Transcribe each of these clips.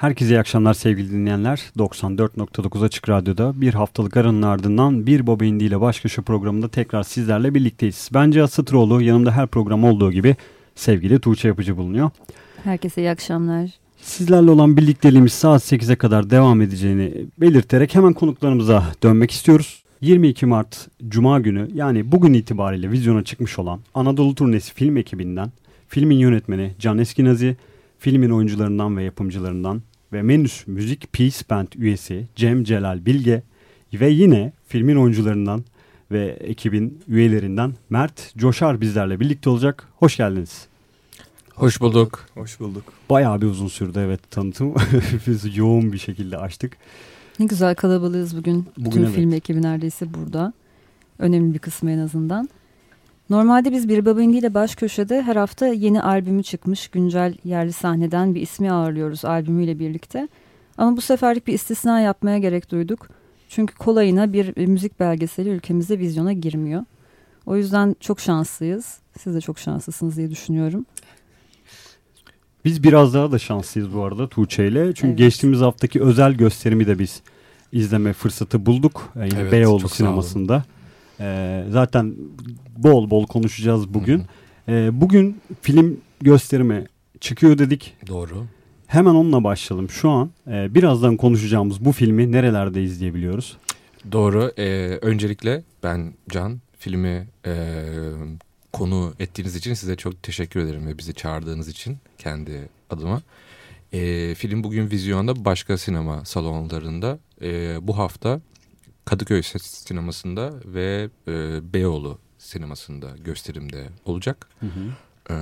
Herkese iyi akşamlar sevgili dinleyenler. 94.9 Açık Radyo'da bir haftalık aranın ardından Bir Baba İndi ile Baş Köşe programında tekrar sizlerle birlikteyiz. Ben Cihat Satıroğlu, yanımda her program olduğu gibi sevgili Tuğçe Yapıcı bulunuyor. Herkese iyi akşamlar. Sizlerle olan birlikteliğimiz saat 8'e kadar devam edeceğini belirterek hemen konuklarımıza dönmek istiyoruz. 22 Mart Cuma günü, yani bugün itibariyle vizyona çıkmış olan Anadolu Turnesi film ekibinden filmin yönetmeni Can Eskinazi, filmin oyuncularından ve yapımcılarından ve Menüs Müzik Peace Band üyesi Cem Celal Bilge ve yine filmin oyuncularından ve ekibin üyelerinden Mert Coşar bizlerle birlikte olacak. Hoş geldiniz. Hoş bulduk. Hoş bulduk. Bayağı bir uzun sürdü evet tanıtım. Biz yoğun bir şekilde açtık. Ne güzel kalabalığız bugün. Tüm evet. film ekibi neredeyse burada. Önemli bir kısmı en azından. Normalde biz Bir Baba İndi ile Baş Köşe'de her hafta yeni albümü çıkmış güncel yerli sahneden bir ismi ağırlıyoruz albümüyle birlikte. Ama bu seferlik bir istisna yapmaya gerek duyduk. Çünkü kolayına bir müzik belgeseli ülkemizde vizyona girmiyor. O yüzden çok şanslıyız. Siz de çok şanslısınız diye düşünüyorum. Biz biraz daha da şanslıyız bu arada Tuğçe ile. Çünkü evet. Geçtiğimiz haftaki özel gösterimi de biz izleme fırsatı bulduk. Yine evet, Beyoğlu sinemasında. Zaten bol bol konuşacağız bugün. Bugün film gösterimi çıkıyor dedik. Doğru. Hemen onunla başlayalım. Şu an birazdan konuşacağımız bu filmi nerelerde izleyebiliyoruz? Doğru. Öncelikle ben Can, filmi konu ettiğiniz için size çok teşekkür ederim ve bizi çağırdığınız için kendi adıma. Film bugün vizyonda başka sinema salonlarında bu hafta Kadıköy sinemasında ve Beyoğlu sinemasında gösterimde olacak. Hı hı.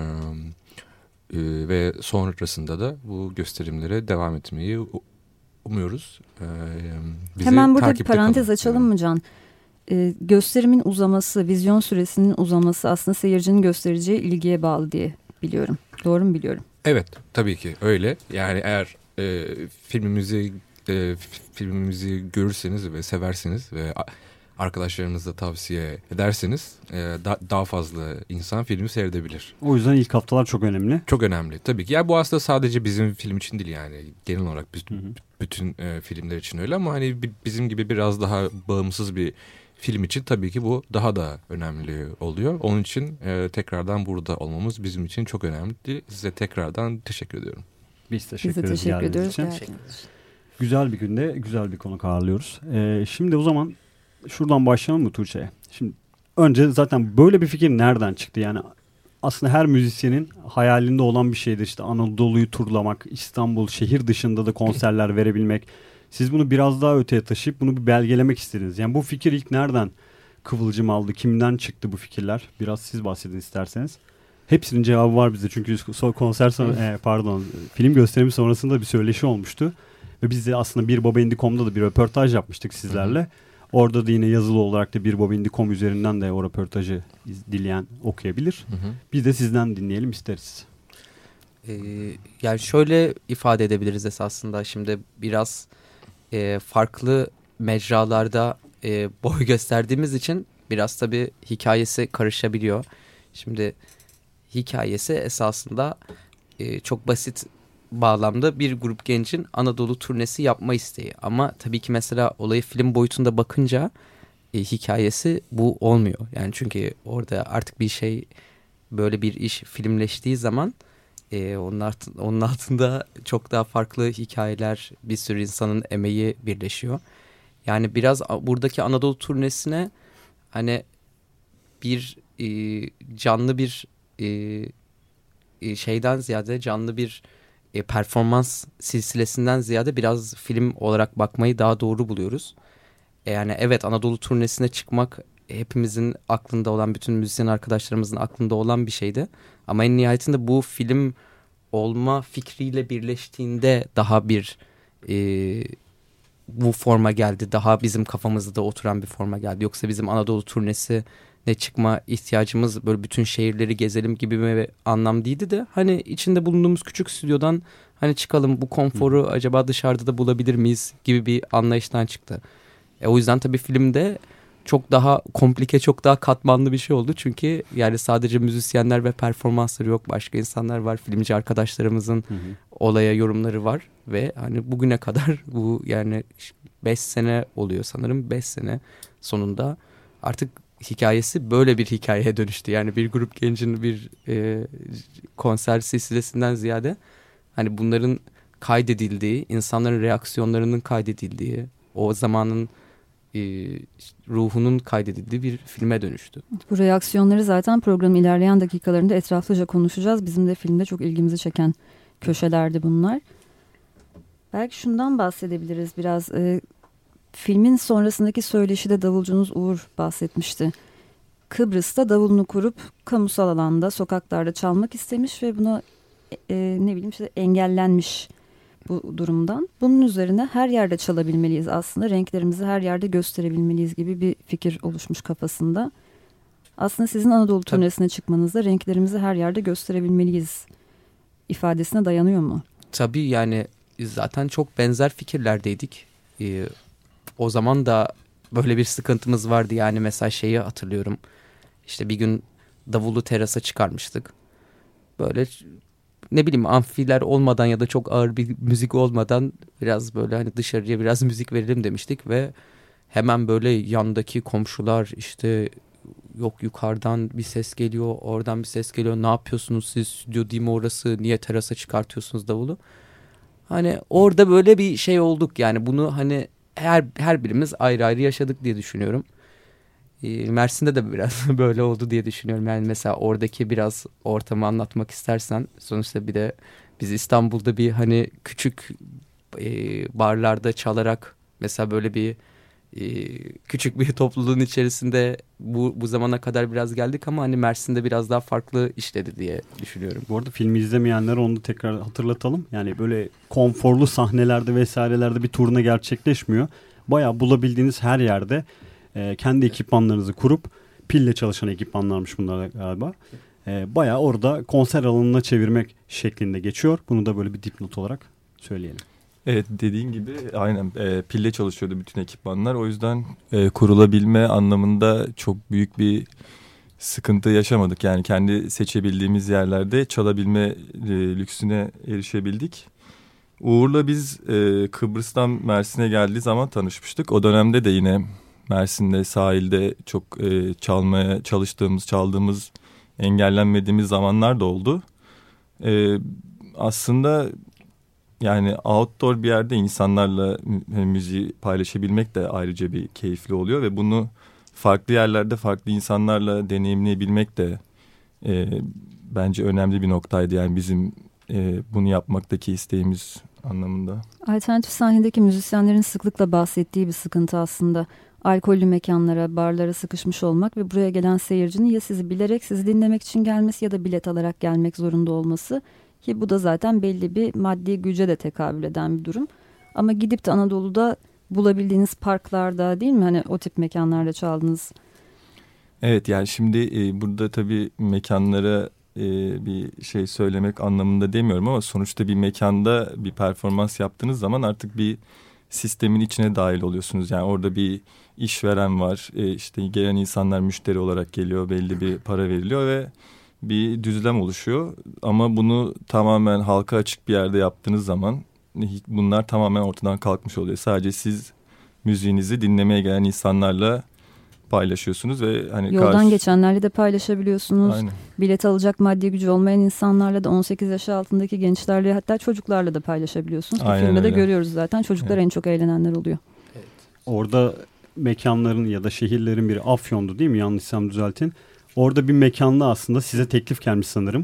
Ve sonrasında da bu gösterimlere devam etmeyi umuyoruz. Hemen burada bir parantez açalım mı Can? Gösterimin uzaması, vizyon süresinin uzaması aslında seyircinin göstereceği ilgiye bağlı diye biliyorum. Doğru mu biliyorum? Evet, tabii ki öyle. Yani eğer filmimizi görürseniz ve severseniz ve arkadaşlarınızla tavsiye ederseniz daha fazla insan filmi seyredebilir. O yüzden ilk haftalar çok önemli. Çok önemli tabii ki. Yani bu aslında sadece bizim film için değil, yani genel olarak bütün filmler için öyle, ama hani bizim gibi biraz daha bağımsız bir film için tabii ki bu daha da önemli oluyor. Onun için tekrardan burada olmamız bizim için çok önemli. Size tekrardan teşekkür ediyorum. Biz teşekkür ediyoruz. Güzel bir günde güzel bir konuk ağırlıyoruz. Şimdi o zaman şuradan başlayalım mı Tuğçe'ye? Şimdi önce zaten böyle bir fikir nereden çıktı? Yani aslında her müzisyenin hayalinde olan bir şeydir. İşte Anadolu'yu turlamak, İstanbul, şehir dışında da konserler verebilmek. Siz bunu biraz daha öteye taşıyıp bunu bir belgelemek istediniz. Yani bu fikir ilk nereden kıvılcım aldı? Kimden çıktı bu fikirler? Biraz siz bahsedin isterseniz. Hepsinin cevabı var bizde. Çünkü film gösterimi sonrasında bir söyleşi olmuştu. Ve biz de aslında birbabaindi.com'da da bir röportaj yapmıştık sizlerle. Orada da yine yazılı olarak da birbabaindi.com üzerinden de o röportajı dileyen okuyabilir. Biz de sizden dinleyelim isteriz. Yani şöyle ifade edebiliriz esasında. Şimdi biraz farklı mecralarda boy gösterdiğimiz için biraz tabii hikayesi karışabiliyor. Şimdi hikayesi esasında çok basit bağlamda bir grup gencin Anadolu turnesi yapma isteği. Ama tabii ki mesela olayı film boyutunda bakınca hikayesi bu olmuyor. Yani çünkü orada artık bir şey, böyle bir iş filmleştiği zaman onun altında çok daha farklı hikayeler, bir sürü insanın emeği birleşiyor. Yani biraz buradaki Anadolu turnesine hani bir canlı bir şeyden ziyade, canlı bir performans silsilesinden ziyade biraz film olarak bakmayı daha doğru buluyoruz. Yani evet, Anadolu turnesine çıkmak hepimizin aklında olan, bütün müzisyen arkadaşlarımızın aklında olan bir şeydi. Ama en nihayetinde bu film olma fikriyle birleştiğinde daha bir bu forma geldi. Daha bizim kafamızda oturan bir forma geldi. Yoksa bizim Anadolu turnesine çıkma ihtiyacımız böyle bütün şehirleri gezelim gibi bir anlam değildi de hani içinde bulunduğumuz küçük stüdyodan hani çıkalım, bu konforu acaba dışarıda da bulabilir miyiz gibi bir anlayıştan çıktı. O yüzden tabii filmde çok daha komplike, çok daha katmanlı bir şey oldu. Çünkü yani sadece müzisyenler ve performansları yok. Başka insanlar var. Filmci arkadaşlarımızın olaya yorumları var. Ve hani bugüne kadar bu yani 5 sene oluyor sanırım. 5 sene sonunda artık hikayesi böyle bir hikayeye dönüştü. Yani bir grup gencin bir konser silsilesinden ziyade hani bunların kaydedildiği, insanların reaksiyonlarının kaydedildiği, o zamanın ruhunun kaydedildiği bir filme dönüştü. Bu reaksiyonları zaten programın ilerleyen dakikalarında etraflıca konuşacağız. Bizim de filmde çok ilgimizi çeken köşelerdi bunlar. Belki şundan bahsedebiliriz biraz. Filmin sonrasındaki söyleşide davulcunuz Uğur bahsetmişti. Kıbrıs'ta davulunu kurup kamusal alanda, sokaklarda çalmak istemiş ve buna engellenmiş bu durumdan. Bunun üzerine her yerde çalabilmeliyiz aslında. Renklerimizi her yerde gösterebilmeliyiz gibi bir fikir oluşmuş kafasında. Aslında sizin Anadolu turnesine çıkmanızda renklerimizi her yerde gösterebilmeliyiz ifadesine dayanıyor mu? Tabii yani zaten çok benzer fikirlerdeydik. O zaman da böyle bir sıkıntımız vardı. Yani mesela şeyi hatırlıyorum. İşte bir gün davulu terasa çıkarmıştık. Böyle ne bileyim amfiler olmadan ya da çok ağır bir müzik olmadan biraz böyle hani dışarıya biraz müzik verelim demiştik ve hemen böyle yandaki komşular işte yok yukarıdan bir ses geliyor, oradan bir ses geliyor. Ne yapıyorsunuz siz, stüdyo değil mi orası, niye terasa çıkartıyorsunuz davulu? Hani orada böyle bir şey olduk yani bunu hani her birimiz ayrı ayrı yaşadık diye düşünüyorum. Mersin'de de biraz böyle oldu diye düşünüyorum. Yani mesela oradaki biraz ortamı anlatmak istersen sonuçta bir de biz İstanbul'da bir hani küçük barlarda çalarak mesela böyle bir küçük bir topluluğun içerisinde bu zamana kadar biraz geldik ama hani Mersin'de biraz daha farklı işledi diye düşünüyorum. Bu arada filmi izlemeyenlere onu da tekrar hatırlatalım. Yani böyle konforlu sahnelerde vesairelerde bir turne gerçekleşmiyor. Bayağı bulabildiğiniz her yerde kendi ekipmanlarınızı kurup pille çalışan ekipmanlarmış bunlar galiba. Bayağı orada konser alanına çevirmek şeklinde geçiyor. Bunu da böyle bir dipnot olarak söyleyelim. Evet dediğin gibi aynen pille çalışıyordu bütün ekipmanlar. O yüzden kurulabilme anlamında çok büyük bir sıkıntı yaşamadık. Yani kendi seçebildiğimiz yerlerde çalabilme lüksüne erişebildik. Uğur'la biz Kıbrıs'tan Mersin'e geldiği zaman tanışmıştık. O dönemde de yine Mersin'de sahilde çok çalmaya çalıştığımız, çaldığımız, engellenmediğimiz zamanlar da oldu. Aslında yani outdoor bir yerde insanlarla müziği paylaşabilmek de ayrıca bir keyifli oluyor ve bunu farklı yerlerde farklı insanlarla deneyimleyebilmek de bence önemli bir noktaydı. Yani bizim bunu yapmaktaki isteğimiz anlamında. Alternatif sahnedeki müzisyenlerin sıklıkla bahsettiği bir sıkıntı aslında. Alkollü mekanlara, barlara sıkışmış olmak ve buraya gelen seyircinin ya sizi bilerek sizi dinlemek için gelmesi ya da bilet alarak gelmek zorunda olması. Ki bu da zaten belli bir maddi güce de tekabül eden bir durum. Ama gidip de Anadolu'da bulabildiğiniz parklarda değil mi? Hani o tip mekanlarda çaldınız. Evet yani şimdi burada tabii mekanlara bir şey söylemek anlamında demiyorum ama sonuçta bir mekanda bir performans yaptığınız zaman artık bir sistemin içine dahil oluyorsunuz. Yani orada bir işveren var, işte gelen insanlar müşteri olarak geliyor, belli bir para veriliyor ve bir düzlem oluşuyor. Ama bunu tamamen halka açık bir yerde yaptığınız zaman bunlar tamamen ortadan kalkmış oluyor. Sadece siz müziğinizi dinlemeye gelen insanlarla paylaşıyorsunuz ve hani yoldan geçenlerle de paylaşabiliyorsunuz. Aynen. Bilet alacak maddi gücü olmayan insanlarla da 18 yaş altındaki gençlerle hatta çocuklarla da paylaşabiliyorsunuz. Bu filmde de görüyoruz zaten. Çocuklar en çok eğlenenler oluyor. Evet. Orada mekanların ya da şehirlerin biri Afyon'du değil mi? Yanlışsam düzeltin. Orada bir mekanda aslında size teklif gelmiş sanırım.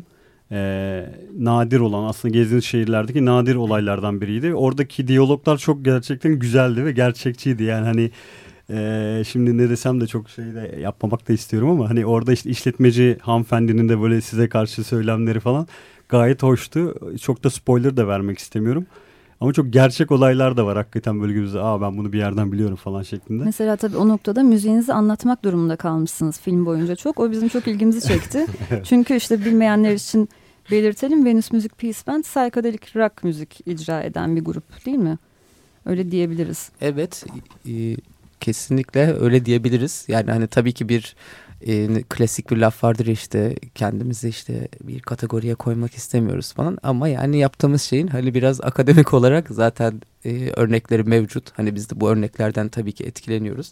Nadir olan aslında gezdiğiniz şehirlerdeki nadir olaylardan biriydi. Oradaki diyaloglar çok gerçekten güzeldi ve gerçekçiydi. Yani hani şimdi ne desem de çok şey de yapmamak da istiyorum ama hani orada işte işletmeci hanımefendinin de böyle size karşı söylemleri falan gayet hoştu. Çok da spoiler da vermek istemiyorum. Ama çok gerçek olaylar da var hakikaten böyle gibi. Ben bunu bir yerden biliyorum falan şeklinde. Mesela tabii o noktada müziğinizi anlatmak durumunda kalmışsınız film boyunca çok. O bizim çok ilgimizi çekti. Evet. Çünkü işte bilmeyenler için belirtelim. Venüs Music Peace Band psychedelic rock müzik icra eden bir grup değil mi? Öyle diyebiliriz. Evet. kesinlikle öyle diyebiliriz. Yani hani tabii ki bir klasik bir laf vardır işte, kendimizi işte bir kategoriye koymak istemiyoruz falan, ama yani yaptığımız şeyin hani biraz akademik olarak zaten örnekleri mevcut. Hani biz de bu örneklerden tabii ki etkileniyoruz.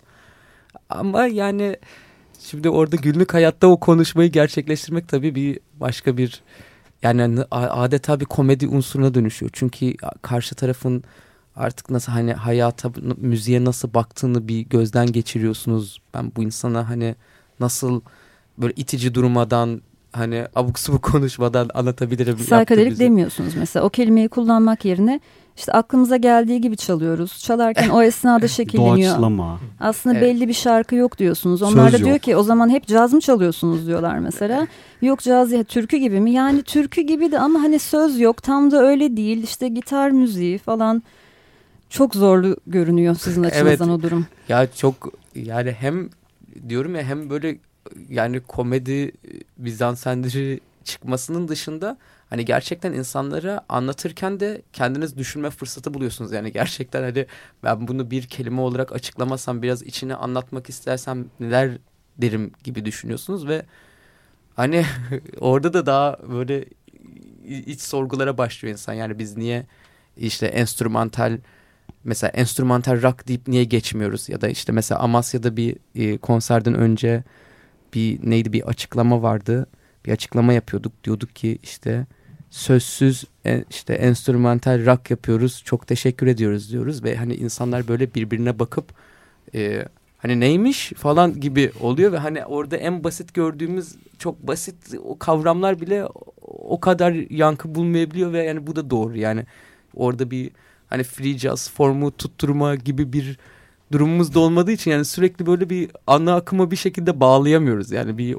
Ama yani şimdi orada günlük hayatta o konuşmayı gerçekleştirmek tabii bir başka bir, yani adeta bir komedi unsuruna dönüşüyor. Çünkü karşı tarafın artık nasıl, hani hayata, müziğe nasıl baktığını bir gözden geçiriyorsunuz. Ben bu insana hani nasıl böyle itici durmadan, hani abuk subuk konuşmadan anlatabilirim. Saykadelik demiyorsunuz mesela. O kelimeyi kullanmak yerine işte aklımıza geldiği gibi çalıyoruz. Çalarken o esnada şekilleniyor. Doğaçlama. Aslında belli bir şarkı yok diyorsunuz. Onlar Söz da diyor yok. ki o zaman hep caz mı çalıyorsunuz diyorlar mesela. Yok, caz ya türkü gibi mi? Yani türkü gibi de ama hani söz yok. Tam da öyle değil. İşte gitar müziği falan. Çok zorlu görünüyor sizin açınızdan o durum. Ya çok, yani hem diyorum ya, hem böyle yani komedi mizansenleri çıkmasının dışında hani gerçekten insanlara anlatırken de kendiniz düşünme fırsatı buluyorsunuz. Yani gerçekten hani ben bunu bir kelime olarak açıklamasam, biraz içine anlatmak istersem neler derim gibi düşünüyorsunuz ve hani orada da daha böyle iç sorgulara başlıyor insan. Yani biz niye işte enstrümantal, mesela enstrümantal rock deyip niye geçmiyoruz? Ya da işte mesela Amasya'da bir konserden önce bir açıklama vardı. Bir açıklama yapıyorduk. Diyorduk ki işte sözsüz işte enstrümantal rock yapıyoruz. Çok teşekkür ediyoruz diyoruz ve hani insanlar böyle birbirine bakıp hani neymiş falan gibi oluyor ve hani orada en basit gördüğümüz çok basit o kavramlar bile o kadar yankı bulmayabiliyor ve yani bu da doğru. Yani orada bir hani free jazz formu tutturma gibi bir durumumuz da olmadığı için yani sürekli böyle bir ana akıma bir şekilde bağlayamıyoruz. Yani bir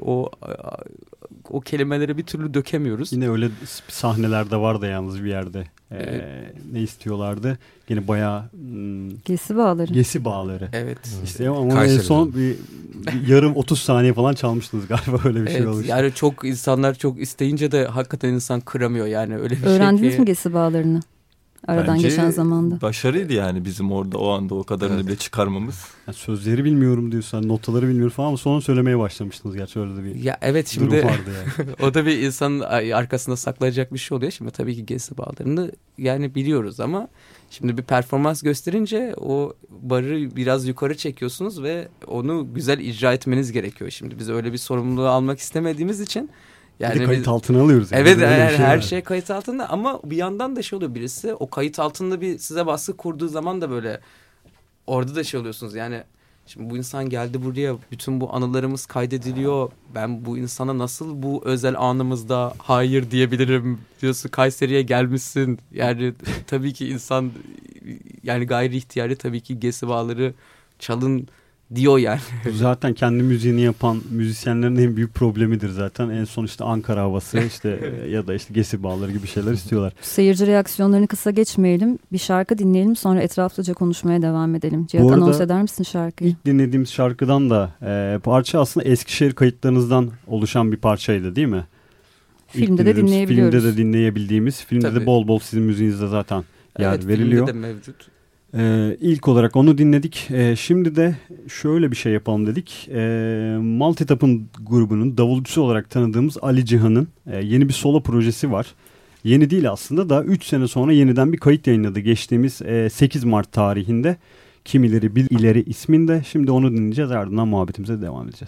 o kelimeleri bir türlü dökemiyoruz. Yine öyle sahnelerde vardı yalnız bir yerde. Ne istiyorlardı? Yine bayağı Gesi bağları. Gesi bağları. Evet. İşte ama en son bir yarım 30 saniye falan çalmıştınız galiba, öyle bir şey olmuş. Yani çok insanlar çok isteyince de hakikaten insan kıramıyor yani öyle bir Öğrendiniz şey mi gesi bağlarını? Aradan Bence geçen zamanda. Başarıydı yani bizim orada o anda o kadarını bile çıkarmamız. Yani sözleri bilmiyorum diyorsan, notaları bilmiyorum falan ama sonra söylemeye başlamıştınız. Gerçi öyle de bir ya evet, şimdi durum vardı yani. o da bir insanın arkasında saklayacak bir şey oluyor. Şimdi tabii ki gesi bağlarını yani biliyoruz ama şimdi bir performans gösterince o barı biraz yukarı çekiyorsunuz ve onu güzel icra etmeniz gerekiyor. Şimdi biz öyle bir sorumluluğu almak istemediğimiz için yani bir de kayıt altına alıyoruz. Yani. Evet, yani her şey kayıt altında ama bir yandan da şey oluyor, birisi o kayıt altında bir size baskı kurduğu zaman da böyle orada da şey oluyorsunuz yani şimdi bu insan geldi buraya, bütün bu anılarımız kaydediliyor, ben bu insana nasıl bu özel anımızda hayır diyebilirim diyorsun, Kayseri'ye gelmişsin yani tabii ki insan yani gayri ihtiyari tabii ki gesi bağları çalın diyor yani. Zaten kendi müziğini yapan müzisyenlerin en büyük problemidir zaten. En son işte Ankara havası işte ya da işte gesi bağları gibi şeyler istiyorlar. Seyirci reaksiyonlarını kısa geçmeyelim. Bir şarkı dinleyelim, sonra etraflıca konuşmaya devam edelim. Cihat, anons eder misin şarkıyı? İlk dinlediğimiz şarkıdan da parça aslında Eskişehir kayıtlarınızdan oluşan bir parçaydı değil mi? Filmde de dinleyebiliyoruz. Filmde de dinleyebildiğimiz. Filmde Tabii. de bol bol sizin müziğinizde zaten yer veriliyor. Filmde de mevcut. İlk olarak onu dinledik. Şimdi de şöyle bir şey yapalım dedik. Multitap'ın grubunun davulcusu olarak tanıdığımız Ali Cihan'ın yeni bir solo projesi var. Yeni değil aslında da 3 sene sonra yeniden bir kayıt yayınladı. Geçtiğimiz 8 Mart tarihinde. Kimileri Bil İleri isminde. Şimdi onu dinleyeceğiz, ardından muhabbetimize devam edeceğiz.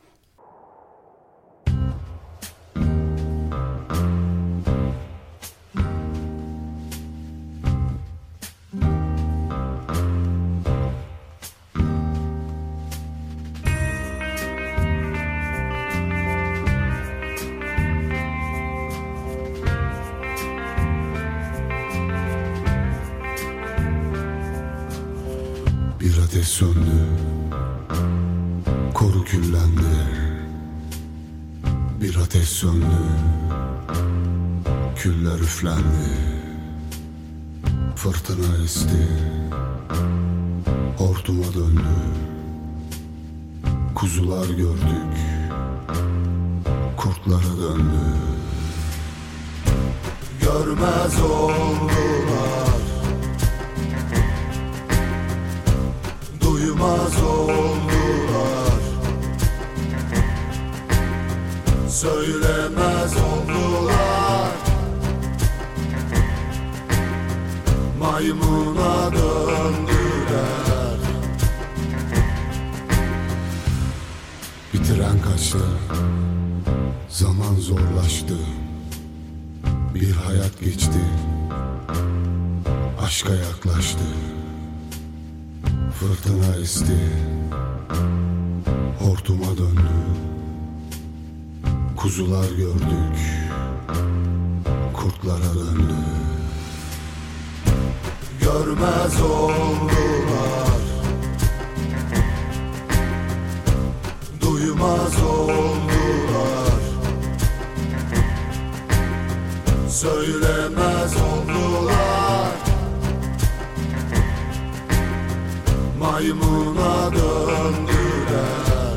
Bir ateş söndü, koru küllendi. Bir ateş söndü, küller üflendi. Fırtına esti, hortuma döndü. Kuzular gördük, kurtlara döndü. Görmez oldular, duymaz Duymaz oldular, söylemez oldular, maymuna döndüler. Bitiren kaçtı, zaman zorlaştı, bir hayat geçti, aşka yaklaştı. Fırtına esti, hortuma döndü, kuzular gördük, kurtlara döndü. Görmez oldular, duymaz oldular, söylemez oldular, maymuna döndüler.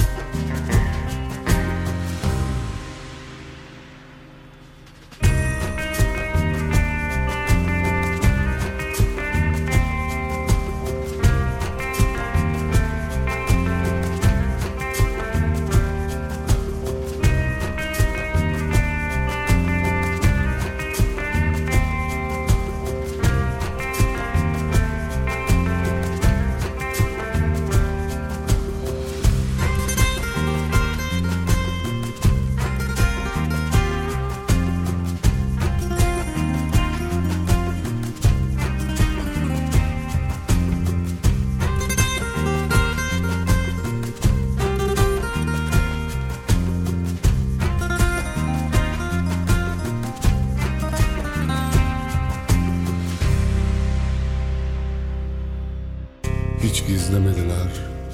Hiç gizlemediler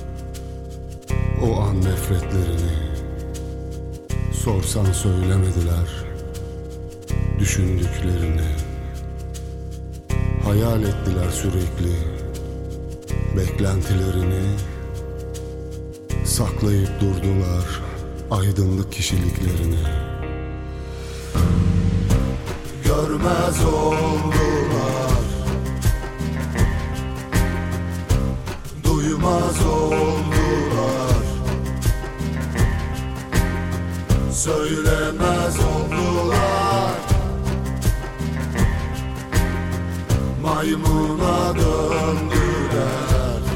o an nefretlerini. Sorsan söylemediler düşündüklerini. Hayal ettiler sürekli beklentilerini. Saklayıp durdular aydınlık kişiliklerini. Görmez oldular, duymaz oldular, söylemez oldular, maymuna döndüler.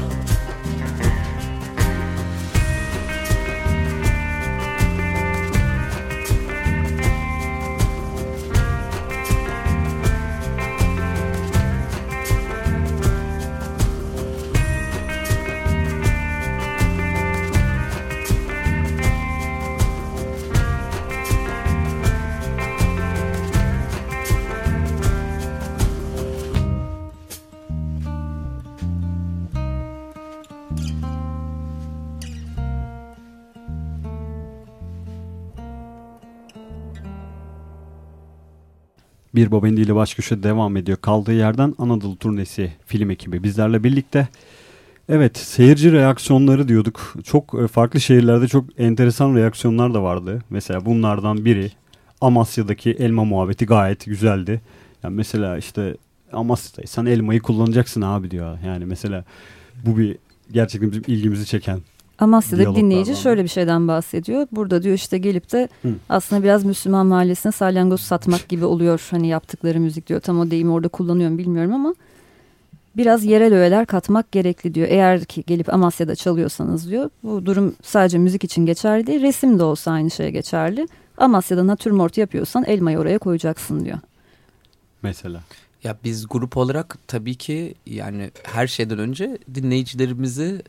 Bir Baba Indi ile Baş Köşe devam ediyor. Kaldığı yerden Anadolu Turnesi film ekibi bizlerle birlikte. Evet, seyirci reaksiyonları diyorduk. Çok farklı şehirlerde çok enteresan reaksiyonlar da vardı. Mesela bunlardan biri Amasya'daki elma muhabbeti gayet güzeldi. Yani mesela işte Amasya'daysan elmayı kullanacaksın abi diyor. Yani mesela bu bir gerçekten bizim ilgimizi çeken. Amasya'da dinleyici şöyle bir şeyden bahsediyor. Burada diyor işte gelip de aslında biraz Müslüman mahallesine salyangoz satmak gibi oluyor. Hani yaptıkları müzik diyor. Tam o deyimi orada kullanıyorum bilmiyorum ama biraz yerel öğeler katmak gerekli diyor. Eğer ki gelip Amasya'da çalıyorsanız diyor. Bu durum sadece müzik için geçerli değil. Resim de olsa aynı şeye geçerli. Amasya'da natürmort yapıyorsan elmayı oraya koyacaksın diyor. Mesela. Ya biz grup olarak tabii ki yani her şeyden önce dinleyicimizin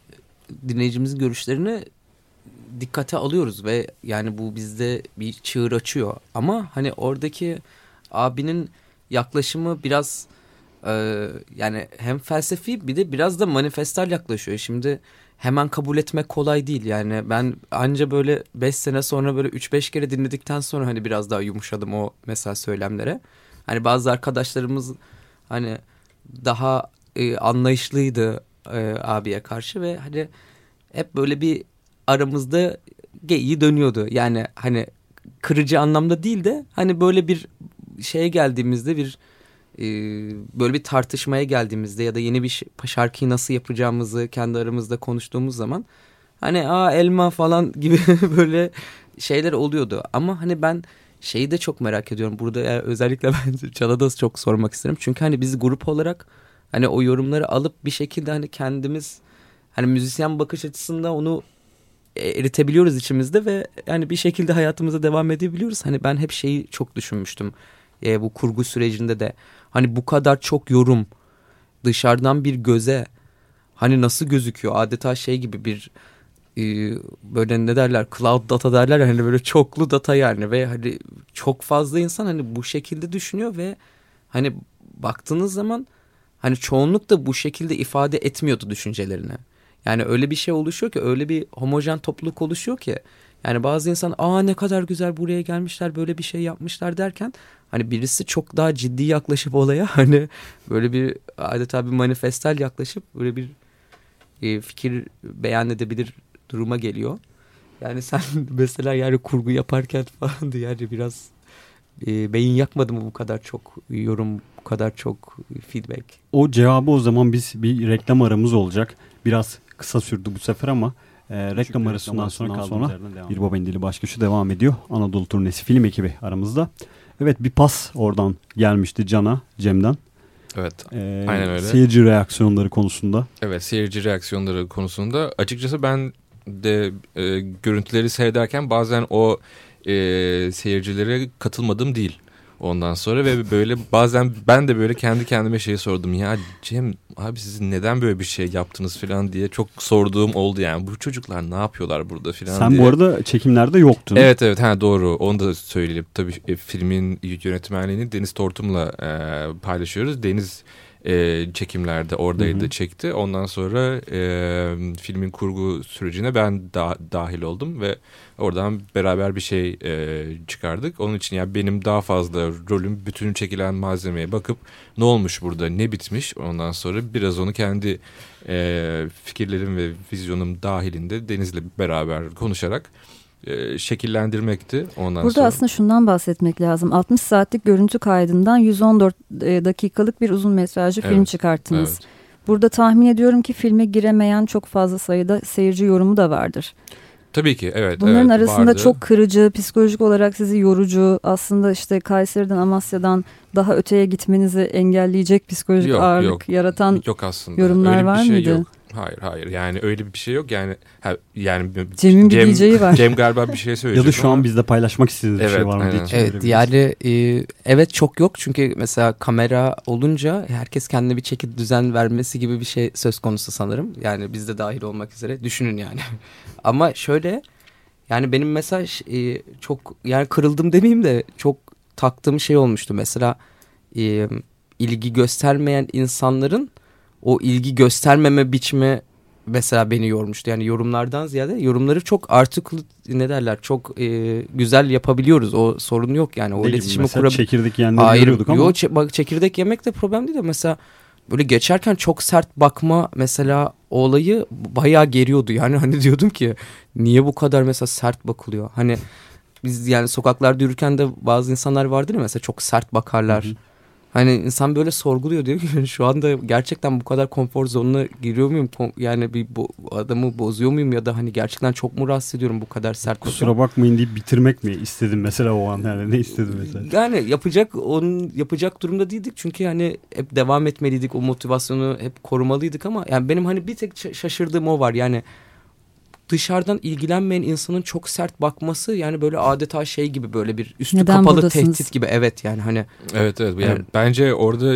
görüşlerini dikkate alıyoruz ve yani bu bizde bir çığır açıyor. Ama hani oradaki abinin yaklaşımı biraz yani hem felsefi bir de biraz da manifestal yaklaşıyor. Şimdi hemen kabul etmek kolay değil. Yani ben anca böyle 5 sene sonra böyle 3-5 kere dinledikten sonra hani biraz daha yumuşadım o mesela söylemlere. Hani bazı arkadaşlarımız hani daha anlayışlıydı abiye karşı ve hani hep böyle bir aramızda geyiği dönüyordu. Yani hani kırıcı anlamda değil de hani böyle bir şeye geldiğimizde bir böyle bir tartışmaya geldiğimizde ya da yeni bir şarkıyı nasıl yapacağımızı kendi aramızda konuştuğumuz zaman hani elma falan gibi böyle şeyler oluyordu. Ama hani ben şeyi de çok merak ediyorum. Burada özellikle ben Can'a da çok sormak isterim. Çünkü hani biz grup olarak hani o yorumları alıp bir şekilde hani kendimiz hani müzisyen bakış açısında onu eritebiliyoruz içimizde ve yani bir şekilde hayatımıza devam edebiliyoruz. Hani ben hep şeyi çok düşünmüştüm. Bu kurgu sürecinde de hani bu kadar çok yorum dışarıdan bir göze hani nasıl gözüküyor? Adeta şey gibi bir böyle ne derler, cloud data derler ya, hani böyle çoklu data yani ve hani çok fazla insan hani bu şekilde düşünüyor ve hani baktığınız zaman hani çoğunluk da bu şekilde ifade etmiyordu düşüncelerini. Yani öyle bir şey oluşuyor ki, öyle bir homojen topluluk oluşuyor ki yani bazı insan ne kadar güzel buraya gelmişler, böyle bir şey yapmışlar derken hani birisi çok daha ciddi yaklaşıp olaya hani böyle bir adeta bir manifestal yaklaşıp böyle bir fikir beyan edebilir duruma geliyor. Yani sen mesela yani kurgu yaparken falan da yani biraz beyin yakmadı mı bu kadar çok yorum, bu kadar çok feedback? O cevabı o zaman biz bir reklam aramız olacak. Biraz kısa sürdü bu sefer ama reklam arasından sonra Bir Baba İndili Baş Köşe devam ediyor. Anadolu Turnesi film ekibi aramızda. Evet, bir pas oradan gelmişti Can'a, Cem'den. Evet, aynen öyle. Seyirci reaksiyonları konusunda. Evet, seyirci reaksiyonları konusunda. Açıkçası ben de görüntüleri seyrederken bazen o seyircilere katılmadım değil. Ondan sonra ve böyle bazen ben de böyle kendi kendime şeyi sordum. Ya Cem abi, siz neden böyle bir şey yaptınız falan diye çok sorduğum oldu yani. Bu çocuklar ne yapıyorlar burada falan Sen diye. Bu arada çekimlerde yoktun. Evet doğru, onu da söyleyelim. Tabii filmin yönetmenliğini Deniz Tortum'la paylaşıyoruz. Deniz çekimlerde oradaydı, çekti. Ondan sonra filmin kurgu sürecine ben dahil oldum ve oradan beraber bir şey çıkardık. Onun için yani benim daha fazla rolüm bütün çekilen malzemeye bakıp ne olmuş burada, ne bitmiş, ondan sonra biraz onu kendi fikirlerim ve vizyonum dahilinde Deniz'le beraber konuşarak şekillendirmekti. Ondan Burada sonra aslında şundan bahsetmek lazım. 60 saatlik görüntü kaydından 114 dakikalık bir uzun metrajlı film çıkarttınız. Evet. Burada tahmin ediyorum ki filme giremeyen çok fazla sayıda seyirci yorumu da vardır. Tabii ki evet. Bunların arasında vardı. çok kırıcı, psikolojik olarak sizi yorucu, aslında işte Kayseri'den, Amasya'dan daha öteye gitmenizi engelleyecek psikolojik ağırlık yaratan yok aslında. yorumlar öyle var bir şey mıydı? Yok. Hayır yani öyle bir şey yok yani Cem'in bir diyeceği var. Cem galiba bir şey söyleyecek. Ya da şu an bizde paylaşmak istediğiniz bir şey var mı diye. Evet yani evet çok yok çünkü mesela kamera olunca herkes kendine bir çeki düzen vermesi gibi bir şey söz konusu sanırım. Yani biz de dahil olmak üzere düşünün yani. Ama şöyle yani benim mesela çok yani kırıldım demeyeyim de çok taktığım şey olmuştu. Mesela ilgi göstermeyen insanların o ilgi göstermeme biçimi mesela beni yormuştu. Yani yorumlardan ziyade yorumları çok artık ne derler, çok güzel yapabiliyoruz. O sorun yok yani. O iletişimi kurabiliyoruz. Çekirdek yiyenleri görüyorduk ama. Yok çekirdek yemek de problem değil de mesela böyle geçerken çok sert bakma mesela o olayı bayağı geriyordu. Yani hani diyordum ki niye bu kadar mesela sert bakılıyor? Hani biz yani sokaklarda yürürken de bazı insanlar vardır ya mesela çok sert bakarlar. Hı-hı. Hani insan böyle sorguluyor, diyor ki şu anda gerçekten bu kadar konfor zonuna giriyor muyum? Yani bir adamı bozuyor muyum ya da hani gerçekten çok mu rahatsız ediyorum bu kadar sert? Kusura bakmayın deyip bitirmek mi istedim mesela o an, yani ne istedim mesela? Yani yapacak durumda değildik çünkü hani hep devam etmeliydik, o motivasyonu hep korumalıydık ama yani benim hani bir tek şaşırdığım o var yani. Dışarıdan ilgilenmeyen insanın çok sert bakması yani böyle adeta şey gibi, böyle bir üstü neden kapalı buradasınız? tehdit gibi. Evet yani hani. Evet yani bence orada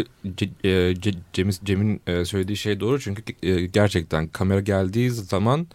Cem'in söylediği şey doğru çünkü gerçekten kamera geldiği zaman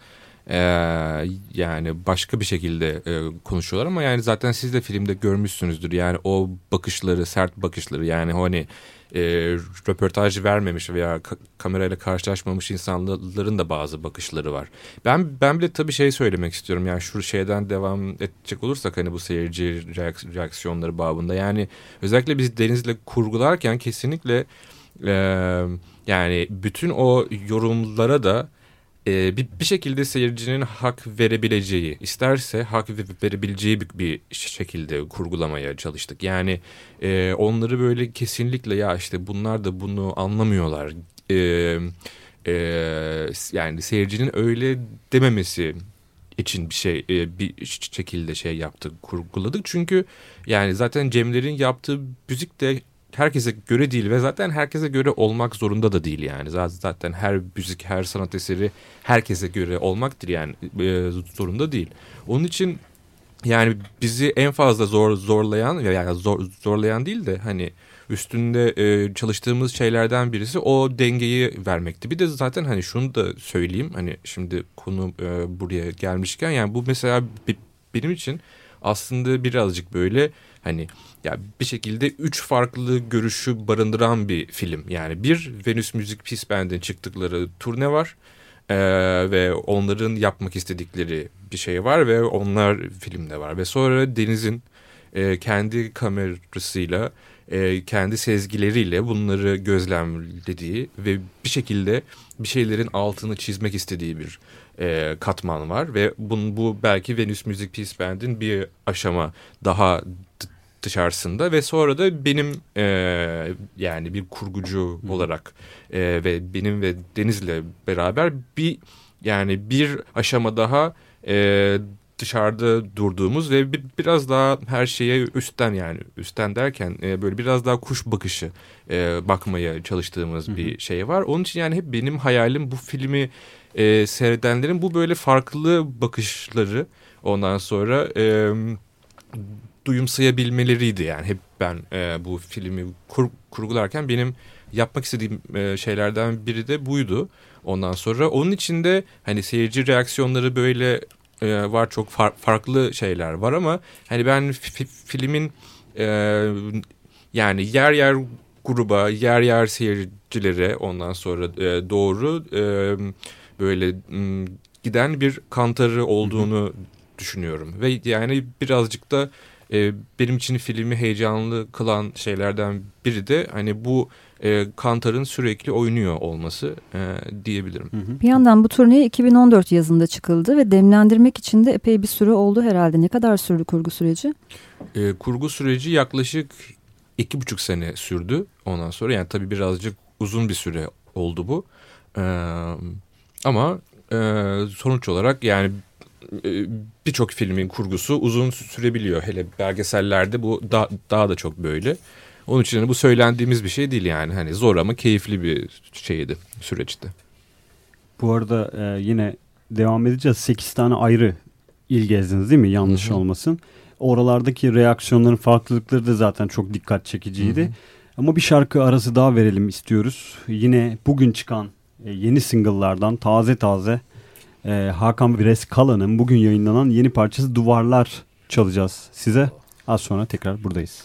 yani başka bir şekilde konuşuyorlar ama yani zaten siz de filmde görmüşsünüzdür yani o bakışları, sert bakışları, yani hani röportaj vermemiş veya kamerayla karşılaşmamış insanların da bazı bakışları var. Ben bile tabii şey söylemek istiyorum yani şu şeyden devam edecek olursak hani bu seyirci reaksiyonları babında yani özellikle biz Deniz'le kurgularken kesinlikle yani bütün o yorumlara da bir şekilde seyircinin hak verebileceği, isterse hak verebileceği bir şekilde kurgulamaya çalıştık. Yani onları böyle kesinlikle ya işte bunlar da bunu anlamıyorlar. Yani seyircinin öyle dememesi için bir şekilde şey yaptık, kurguladık. Çünkü yani zaten Cemler'in yaptığı müzik de herkese göre değil ve zaten herkese göre olmak zorunda da değil yani. Zaten her müzik, her sanat eseri herkese göre olmaktır yani, zorunda değil. Onun için yani bizi en fazla zorlayan, yani zorlayan değil de hani üstünde çalıştığımız şeylerden birisi o dengeyi vermekti. Bir de zaten hani şunu da söyleyeyim, hani şimdi konu buraya gelmişken, yani bu mesela benim için aslında birazcık böyle hani ya bir şekilde 3 farklı görüşü barındıran bir film. Yani bir, Venüs Müzik Peace Band'in çıktıkları turne var ve onların yapmak istedikleri bir şey var ve onlar filmde var. Ve sonra Deniz'in kendi kamerasıyla, kendi sezgileriyle bunları gözlemlediği ve bir şekilde bir şeylerin altını çizmek istediği bir katman var. Ve bu belki Venüs Müzik Peace Band'in bir aşama daha dışarısında ve sonra da benim yani bir kurgucu olarak ve benim ve Deniz'le beraber bir aşama daha dışarıda durduğumuz ve biraz daha her şeye üstten, yani üstten derken böyle biraz daha kuş bakışı bakmaya çalıştığımız bir şey var. Onun için yani hep benim hayalim bu filmi seyredenlerin bu böyle farklı bakışları ondan sonra duyumsayabilmeleriydi. Yani hep ben bu filmi kurgularken benim yapmak istediğim şeylerden biri de buydu. Ondan sonra onun içinde hani seyirci reaksiyonları böyle var, çok farklı şeyler var ama hani ben filmin yani yer yer gruba, yer yer seyircilere ondan sonra doğru böyle giden bir kantarı olduğunu düşünüyorum. Ve yani birazcık da benim için filmi heyecanlı kılan şeylerden biri de hani bu kantarın sürekli oynuyor olması diyebilirim. Bir yandan bu turneye 2014 yazında çıkıldı ve demlendirmek için de epey bir süre oldu herhalde. Ne kadar sürdü kurgu süreci? Kurgu süreci yaklaşık 2,5 sene sürdü ondan sonra. Yani tabii birazcık uzun bir süre oldu bu. Ama sonuç olarak yani birçok filmin kurgusu uzun sürebiliyor. Hele belgesellerde bu daha da çok böyle. Onun için bu söylendiğimiz bir şey değil yani. Hani zor ama keyifli bir şeydi, süreçti. Bu arada yine devam edeceğiz. 8 tane ayrı il gezdiniz değil mi? Yanlış olmasın. Oralardaki reaksiyonların farklılıkları da zaten çok dikkat çekiciydi. Ama bir şarkı arası daha verelim istiyoruz. Yine bugün çıkan yeni single'lardan taze Hakan Vireskala'nın bugün yayınlanan yeni parçası Duvarlar çalacağız size. Az sonra tekrar buradayız.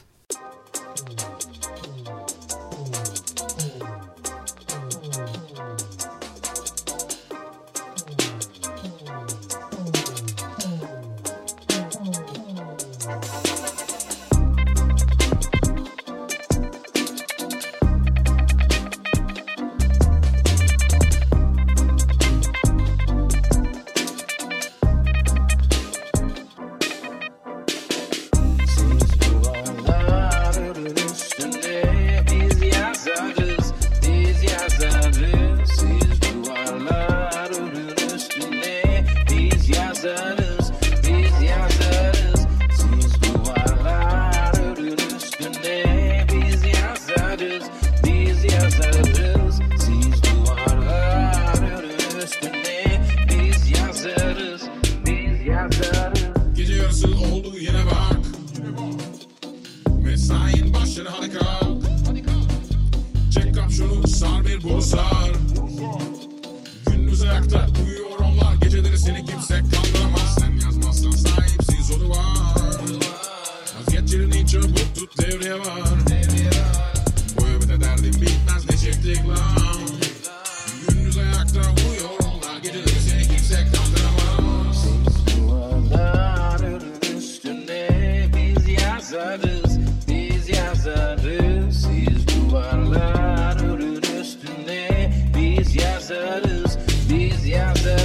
Biz yazarız, biz yazarız.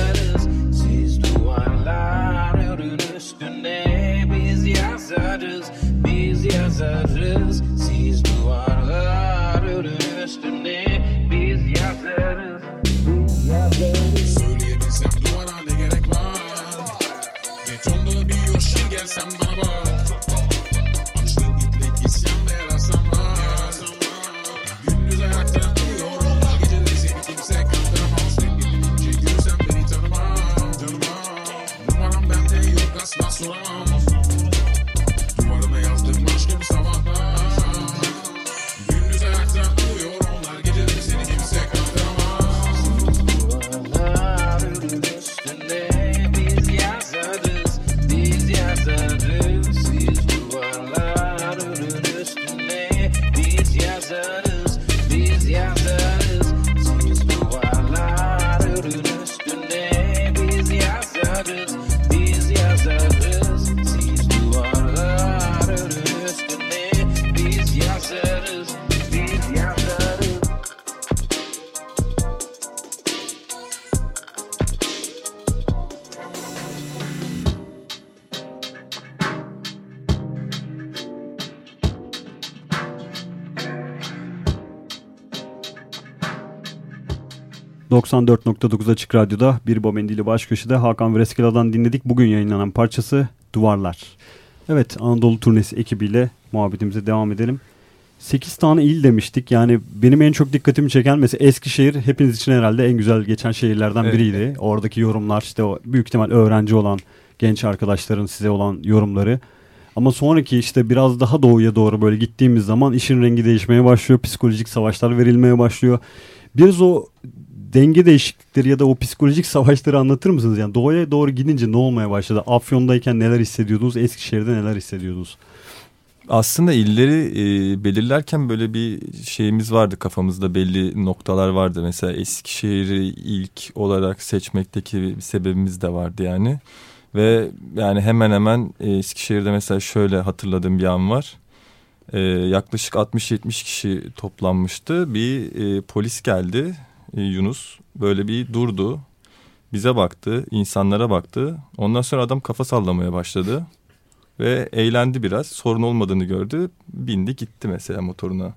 94.9 Açık Radyo'da Bir Baba Mendili Baş Köşe'de Hakan Vreskila'dan dinledik. Bugün yayınlanan parçası Duvarlar. Evet, Anadolu Turnesi ekibiyle muhabbetimize devam edelim. 8 tane il demiştik. Yani benim en çok dikkatimi çeken mesela Eskişehir hepiniz için herhalde en güzel geçen şehirlerden biriydi. Oradaki yorumlar, işte o büyük ihtimal öğrenci olan genç arkadaşların size olan yorumları. Ama sonraki işte biraz daha doğuya doğru böyle gittiğimiz zaman işin rengi değişmeye başlıyor. Psikolojik savaşlar verilmeye başlıyor. Biraz o denge değişiklikleri ya da o psikolojik savaşları anlatır mısınız? Yani doğuya doğru gidince ne olmaya başladı? Afyon'dayken neler hissediyordunuz? Eskişehir'de neler hissediyordunuz? Aslında illeri belirlerken böyle bir şeyimiz vardı, kafamızda belli noktalar vardı. Mesela Eskişehir'i ilk olarak seçmekteki bir sebebimiz de vardı yani. Ve yani hemen hemen Eskişehir'de mesela şöyle hatırladığım bir an var. Yaklaşık 60-70 kişi toplanmıştı. Bir polis geldi, Yunus, böyle bir durdu. Bize baktı, insanlara baktı. Ondan sonra adam kafa sallamaya başladı. Ve eğlendi biraz. Sorun olmadığını gördü. Bindi gitti mesela motoruna.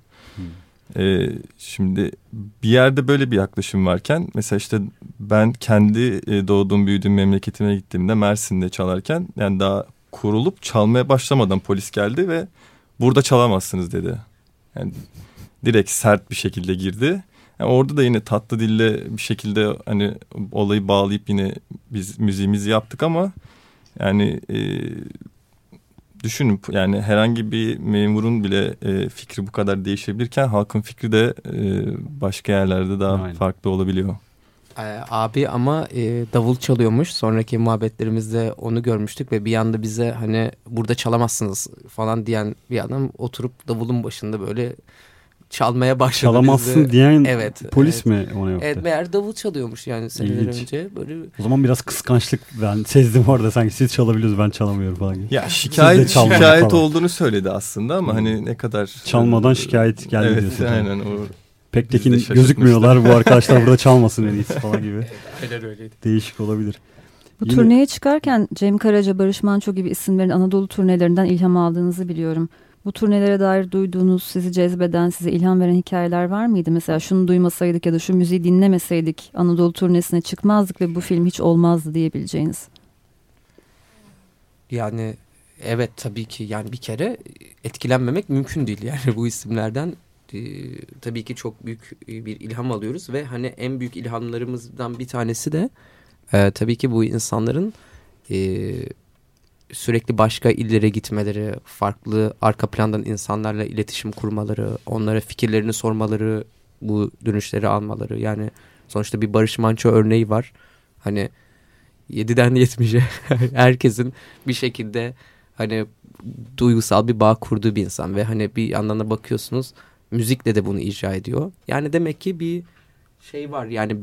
Şimdi bir yerde böyle bir yaklaşım varken mesela işte ben kendi doğduğum büyüdüğüm memleketime gittiğimde Mersin'de çalarken yani daha kurulup çalmaya başlamadan polis geldi ve burada çalamazsınız dedi. Yani direkt sert bir şekilde girdi. Yani orada da yine tatlı dille bir şekilde hani olayı bağlayıp yine biz müziğimizi yaptık ama yani düşünün yani herhangi bir memurun bile fikri bu kadar değişebilirken halkın fikri de başka yerlerde daha farklı olabiliyor. Abi ama davul çalıyormuş. Sonraki muhabbetlerimizde onu görmüştük ve bir anda bize hani burada çalamazsınız falan diyen bir adam oturup davulun başında böyle çalmaya başladı. Çalamazsın diyen polis evet. mi onu yaptı? Evet, meğer davul çalıyormuş yani seneler önce. Böyle... O zaman biraz kıskançlık ben sezdim orada, sanki siz çalabiliyorsunuz ben çalamıyorum falan gibi. Ya şikayet olduğunu söyledi aslında ama hani ne kadar... Çalmadan şikayet geldi evet, diyorsun. Aynen o. Pektekin gözükmüyorlar, bu arkadaşlar burada çalmasın en iyisi falan gibi. Aynen öyleydi. Değişik olabilir. Bu turneye çıkarken Cem Karaca, Barış Manço gibi isimlerin Anadolu turnelerinden ilham aldığınızı biliyorum. Bu turnelere dair duyduğunuz, sizi cezbeden, size ilham veren hikayeler var mıydı? Mesela şunu duymasaydık ya da şu müziği dinlemeseydik Anadolu turnesine çıkmazdık ve bu film hiç olmazdı diyebileceğiniz. Yani evet, tabii ki yani bir kere etkilenmemek mümkün değil yani bu isimlerden. Tabii ki çok büyük bir ilham alıyoruz ve hani en büyük ilhamlarımızdan bir tanesi de tabii ki bu insanların sürekli başka illere gitmeleri, farklı arka plandan insanlarla iletişim kurmaları, onlara fikirlerini sormaları, bu dönüşleri almaları. Yani sonuçta bir Barış Manço örneği var. Hani 7'den 70'e herkesin bir şekilde hani duygusal bir bağ kurduğu bir insan ve hani bir yandan da bakıyorsunuz müzikle de bunu icra ediyor. Yani demek ki bir şey var, yani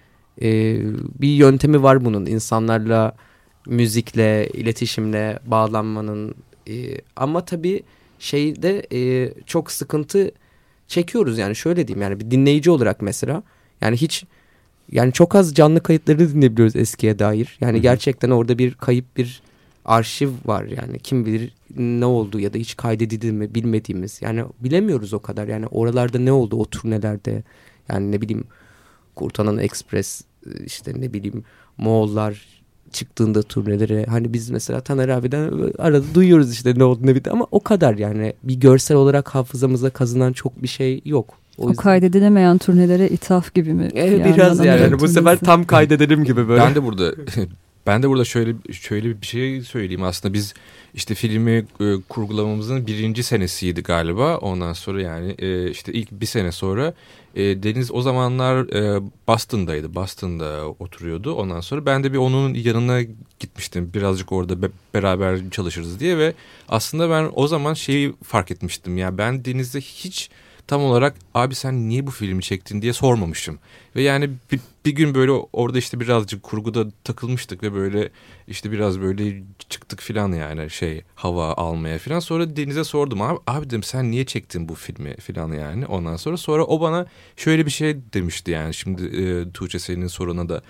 bir yöntemi var bunun, insanlarla müzikle, iletişimle bağlanmanın. Ama tabii şeyde çok sıkıntı çekiyoruz yani, şöyle diyeyim, yani bir dinleyici olarak mesela yani yani çok az canlı kayıtları dinleyebiliyoruz eskiye dair. Yani gerçekten orada bir kayıp, bir arşiv var yani, kim bilir ne oldu ya da hiç kaydedildi mi bilmediğimiz, yani bilemiyoruz o kadar. Yani oralarda ne oldu o turnelerde, yani ne bileyim Kurtanan Express, işte ne bileyim Moğollar çıktığında turnelere, hani biz mesela Taner abiden arada duyuyoruz işte ne oldu ne bitti ama o kadar. Yani bir görsel olarak hafızamıza kazınan çok bir şey yok. O kaydedilemeyen turnelere ithaf gibi mi? Biraz yani bu sefer tam kaydedelim gibi böyle. Ben de burada şöyle bir şey söyleyeyim. Aslında biz işte filmi kurgulamamızın 1. senesiydi galiba. Ondan sonra yani işte ilk bir sene sonra Deniz o zamanlar Boston'daydı. Boston'da oturuyordu. Ondan sonra ben de bir onun yanına gitmiştim. Birazcık orada beraber çalışırız diye ve aslında ben o zaman şeyi fark etmiştim. Ya ben Deniz'de hiç tam olarak abi sen niye bu filmi çektin diye sormamışım. Ve yani bir gün böyle orada işte birazcık kurguda takılmıştık ve böyle işte biraz böyle çıktık filan, yani hava almaya filan. Sonra Deniz'e sordum, abi dedim sen niye çektin bu filmi filan yani. Ondan sonra o bana şöyle bir şey demişti, yani şimdi Tuğçe senin soruna da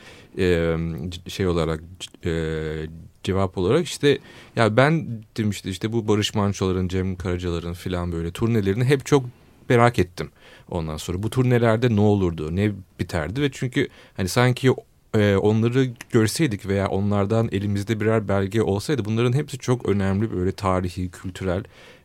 olarak cevap olarak işte ya ben demişti işte bu Barış Manço'ların, Cem Karaca'ların filan böyle turnelerini hep çok merak ettim. Ondan sonra bu turnelerde ne olurdu, ne biterdi ve çünkü hani sanki onları görseydik veya onlardan elimizde birer belge olsaydı bunların hepsi çok önemli böyle tarihi, kültürel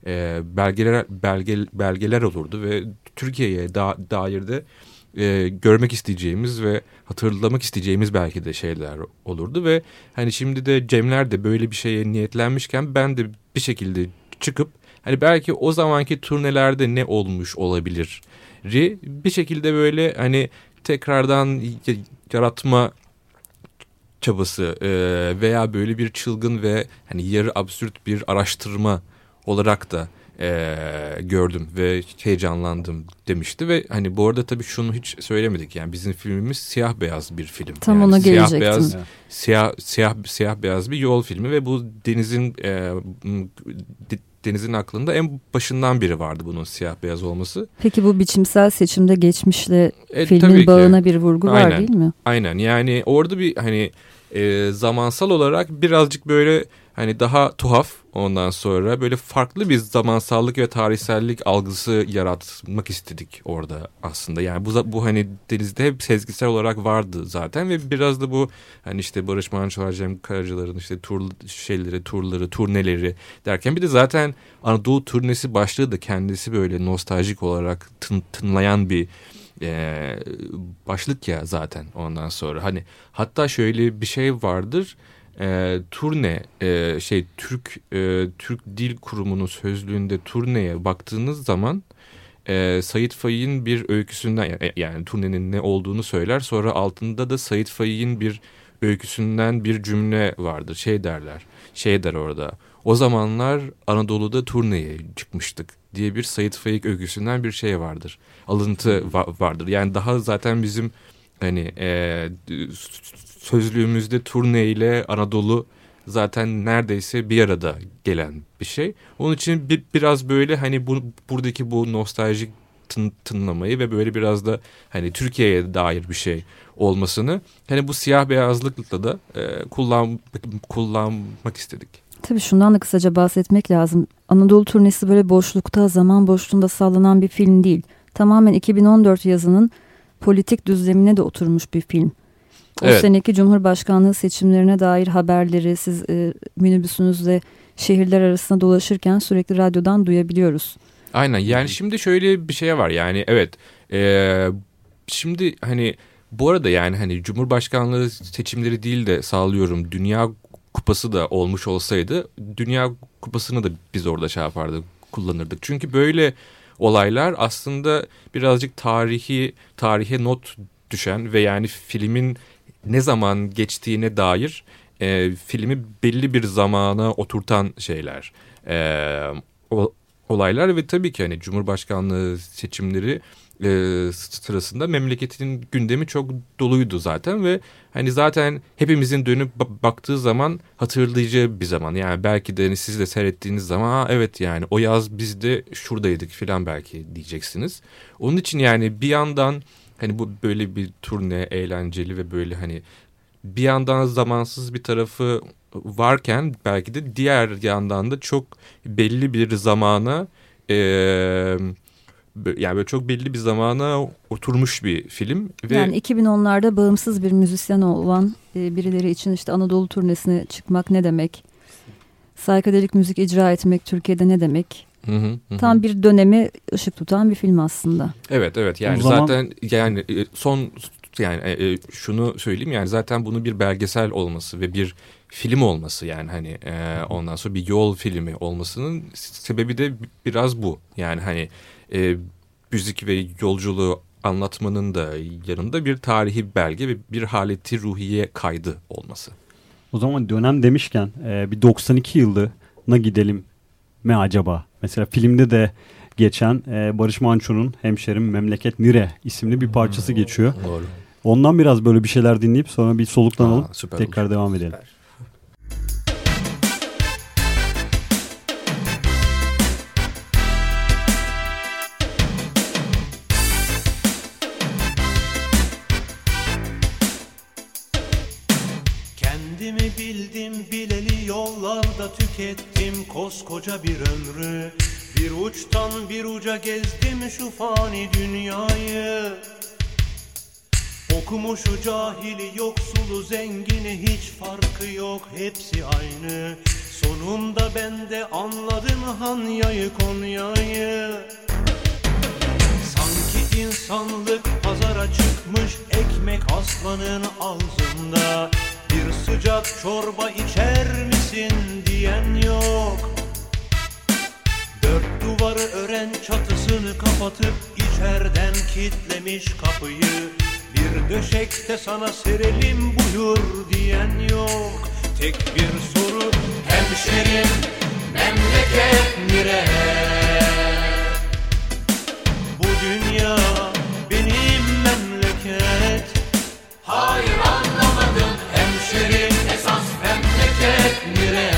belgeler olurdu ve Türkiye'ye dair de görmek isteyeceğimiz ve hatırlamak isteyeceğimiz belki de şeyler olurdu ve hani şimdi de Cemler de böyle bir şeye niyetlenmişken ben de bir şekilde çıkıp hani belki o zamanki turnelerde ne olmuş olabilir bir şekilde böyle hani tekrardan yaratma çabası veya böyle bir çılgın ve hani yarı absürt bir araştırma olarak da gördüm ve heyecanlandım demişti ve hani bu arada tabii şunu hiç söylemedik yani bizim filmimiz siyah beyaz bir film. Tam yani ona gelecektim. Siyah beyaz bir yol filmi ve bu Deniz'in aklında en başından biri vardı bunun siyah beyaz olması. Peki bu biçimsel seçimde geçmişle filmin bağına bir vurgu var değil mi? Aynen yani orada bir hani zamansal olarak birazcık böyle hani daha tuhaf ondan sonra böyle farklı bir zamansallık ve tarihsellik algısı yaratmak istedik orada aslında. Yani bu hani Deniz'de hep sezgisel olarak vardı zaten ve biraz da bu hani işte Barış Manço, Cem Karaca'ların işte turları, turneleri derken bir de zaten Anadolu turnesi başlığı da kendisi böyle nostaljik olarak tınlayan bir başlık ya zaten ondan sonra hani hatta şöyle bir şey vardır turne Türk Dil Kurumu'nun sözlüğünde turneye baktığınız zaman Sait Faik'in bir öyküsünden yani turnenin ne olduğunu söyler sonra altında da Sait Faik'in bir öyküsünden bir cümle vardır şey der orada o zamanlar Anadolu'da turneye çıkmıştık diye bir Sait Faik öyküsünden bir şey vardır. Alıntı vardır. Yani daha zaten bizim hani sözlüğümüzde turne ile Anadolu zaten neredeyse bir arada gelen bir şey. Onun için biraz böyle hani buradaki bu nostaljik tınlamayı ve böyle biraz da hani Türkiye'ye dair bir şey olmasını hani bu siyah beyazlıkla da kullanmak istedik. Tabii şundan da kısaca bahsetmek lazım. Anadolu turnesi böyle boşlukta, zaman boşluğunda sallanan bir film değil. Tamamen 2014 yazının politik düzlemine de oturmuş bir film. O seneki Cumhurbaşkanlığı seçimlerine dair haberleri siz minibüsünüzle şehirler arasında dolaşırken sürekli radyodan duyabiliyoruz. Aynen yani şimdi şöyle bir şey var yani evet şimdi hani bu arada yani hani Cumhurbaşkanlığı seçimleri değil de sağlıyorum Dünya Kupası da olmuş olsaydı Dünya Kupası'nı da biz orada kullanırdık. Çünkü böyle olaylar aslında birazcık tarihe not düşen ve yani filmin ne zaman geçtiğine dair filmi belli bir zamana oturtan şeyler. Olaylar ve tabii ki hani Cumhurbaşkanlığı seçimleri sırasında memleketin gündemi çok doluydu zaten ve hani zaten hepimizin dönüp baktığı zaman hatırlayacağı bir zaman. Yani belki de hani siz de seyrettiğiniz zaman evet yani o yaz biz de şuradaydık falan belki diyeceksiniz. Onun için yani bir yandan hani bu böyle bir turne eğlenceli ve böyle hani bir yandan zamansız bir tarafı varken belki de diğer yandan da çok belli bir zamana yani böyle çok belli bir zamana oturmuş bir film. Ve yani 2010'larda bağımsız bir müzisyen olan birileri için işte Anadolu turnesine çıkmak ne demek? Saykadelik müzik icra etmek Türkiye'de ne demek? Tam bir dönemi ışık tutan bir film aslında. Evet yani zaten yani şunu söyleyeyim yani zaten bunu bir belgesel olması ve bir film olması yani hani ondan sonra bir yol filmi olmasının sebebi de biraz bu. Yani hani müzik ve yolculuğu anlatmanın da yanında bir tarihi belge ve bir haleti ruhiye kaydı olması. O zaman dönem demişken bir 92 yılına gidelim mi acaba? Mesela filmde de geçen Barış Manço'nun Hemşerim Memleket Nire isimli bir parçası geçiyor. Doğru. Ondan biraz böyle bir şeyler dinleyip sonra bir soluklanalım. Tekrar olur. Devam edelim. Süper. Bildim bileli yollarda tükettim koskoca bir ömrü. Bir uçtan bir uca gezdim şu fani dünyayı. Okumuşu cahili yoksulu zengini hiç farkı yok, hepsi aynı. Sonunda ben de anladım Hanya'yı Konya'yı. Sanki insanlık pazara çıkmış, ekmek aslanın ağzında. Bir sıcak çorba içer misin diyen yok. Dört duvarı ören çatısını kapatıp içerden kilitlemiş kapıyı. Bir döşekte sana serelim buyur diyen yok. Tek bir soru, hemşerim memleket nere? Bu dünya benim memleket. Hayır anlamadım hemşerim, esas memleket nere?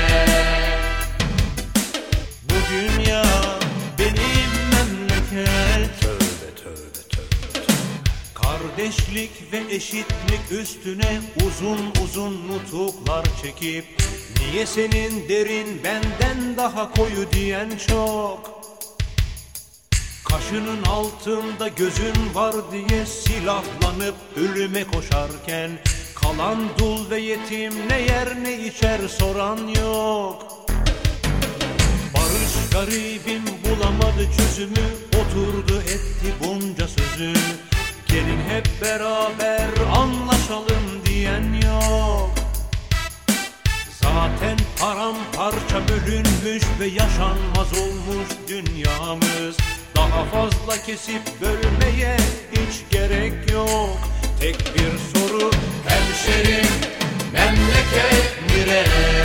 Bu dünya benim memleket. Tövbe tövbe tövbe. Kardeşlik ve eşitlik üstüne uzun uzun nutuklar çekip niye senin derin benden daha koyu diyen çok. Kaşının altında gözün var diye silahlanıp ölüme koşarken kalan dul ve yetim ne yer ne içer soran yok. Barış garibim bulamadı çözümü, oturdu etti bunca sözü. Gelin hep beraber anlaşalım diyen yok. Zaten paramparça bölünmüş ve yaşanmaz olmuş dünyamız. Daha fazla kesip bölmeye hiç gerek yok. Tek bir soru, hemşerim memleket nere?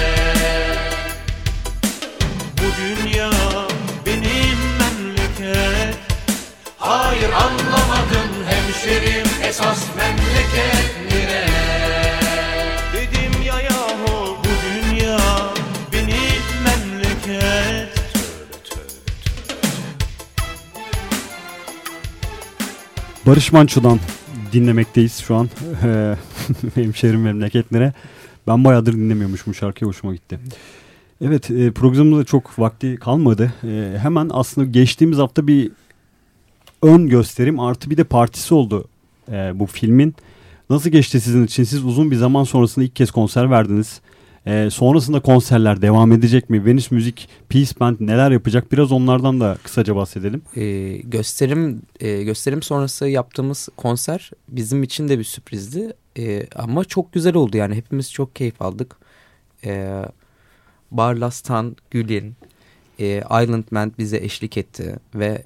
Bu dünya benim memleket. Hayır anlamadım hemşerim, esas memleket nere? Dedim ya yahu bu dünya benim memleket. Barış Manço'dan dinlemekteyiz şu an. Hemşerim memleketlere. Ben bayağıdır dinlemiyormuşum, şarkıya hoşuma gitti. Evet, programımızda çok vakti kalmadı. Hemen aslında geçtiğimiz hafta bir ön gösterim artı bir de partisi oldu bu filmin. Nasıl geçti sizin için? Siz uzun bir zaman sonrasında ilk kez konser verdiniz. Sonrasında konserler devam edecek mi? Venüs Müzik, Peace Band neler yapacak? Biraz onlardan da kısaca bahsedelim. Gösterim sonrası yaptığımız konser bizim için de bir sürprizdi. Ama çok güzel oldu yani, hepimiz çok keyif aldık. Barlas'tan Gül'in, Island Band bize eşlik etti ve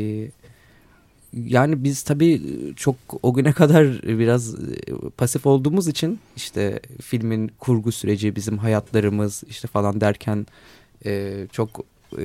yani biz tabii çok o güne kadar biraz pasif olduğumuz için işte filmin kurgu süreci, bizim hayatlarımız işte falan derken çok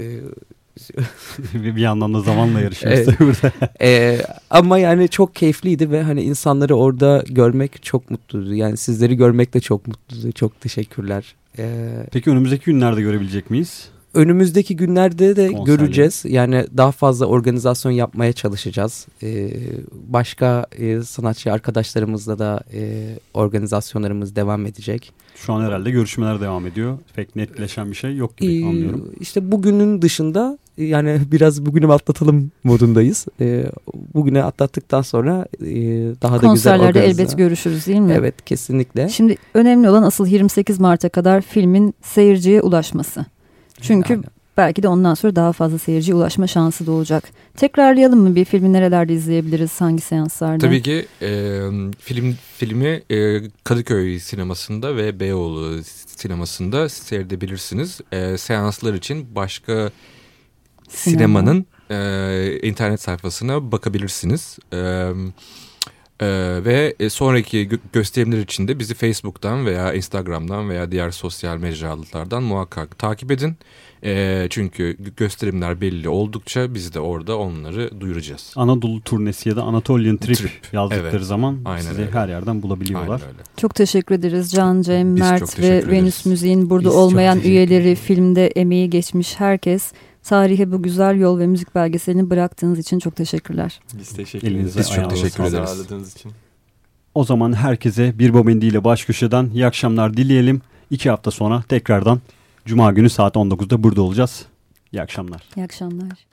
bir yandan da zamanla yarışıyoruz burada. Ama yani çok keyifliydi ve hani insanları orada görmek çok mutluydu. Yani sizleri görmek de çok mutluydu. Çok teşekkürler. Peki önümüzdeki günlerde görebilecek miyiz? Önümüzdeki günlerde de göreceğiz. Yani daha fazla organizasyon yapmaya çalışacağız. Başka sanatçı arkadaşlarımızla da organizasyonlarımız devam edecek. Şu an herhalde görüşmeler devam ediyor. Pek netleşen bir şey yok gibi anlıyorum. İşte bugünün dışında yani biraz bugünü atlatalım modundayız. Bugünü atlattıktan sonra daha da güzel konserlerde elbet görüşürüz değil mi? Evet, kesinlikle. Şimdi önemli olan asıl 28 Mart'a kadar filmin seyirciye ulaşması. Çünkü aynen, belki de ondan sonra daha fazla seyirciye ulaşma şansı da olacak. Tekrarlayalım mı, bir filmi nerelerde izleyebiliriz, hangi seanslarda? Tabii ki filmi Kadıköy sinemasında ve Beyoğlu sinemasında seyredebilirsiniz. Seanslar için başka sinemanın internet sayfasına bakabilirsiniz. Ve sonraki gösterimler için de bizi Facebook'tan veya Instagram'dan veya diğer sosyal mecralardan muhakkak takip edin. Çünkü gösterimler belli oldukça biz de orada onları duyuracağız. Anadolu turnesi ya da Anatolian Trip yazdıkları evet, zaman sizi her yerden bulabiliyorlar. Çok teşekkür ederiz Can, Cem, Mert ve Venüs Müziğin burada olmayan üyeleri, filmde emeği geçmiş herkes. Tarihe bu güzel yol ve müzik belgeselini bıraktığınız için çok teşekkürler. Biz teşekkür ederiz. Biz çok teşekkür ederiz. Için. O zaman herkese Bir Bobendi ile Baş Köşe'den iyi akşamlar dileyelim. 2 hafta sonra tekrardan Cuma günü saat 19'da burada olacağız. İyi akşamlar. İyi akşamlar.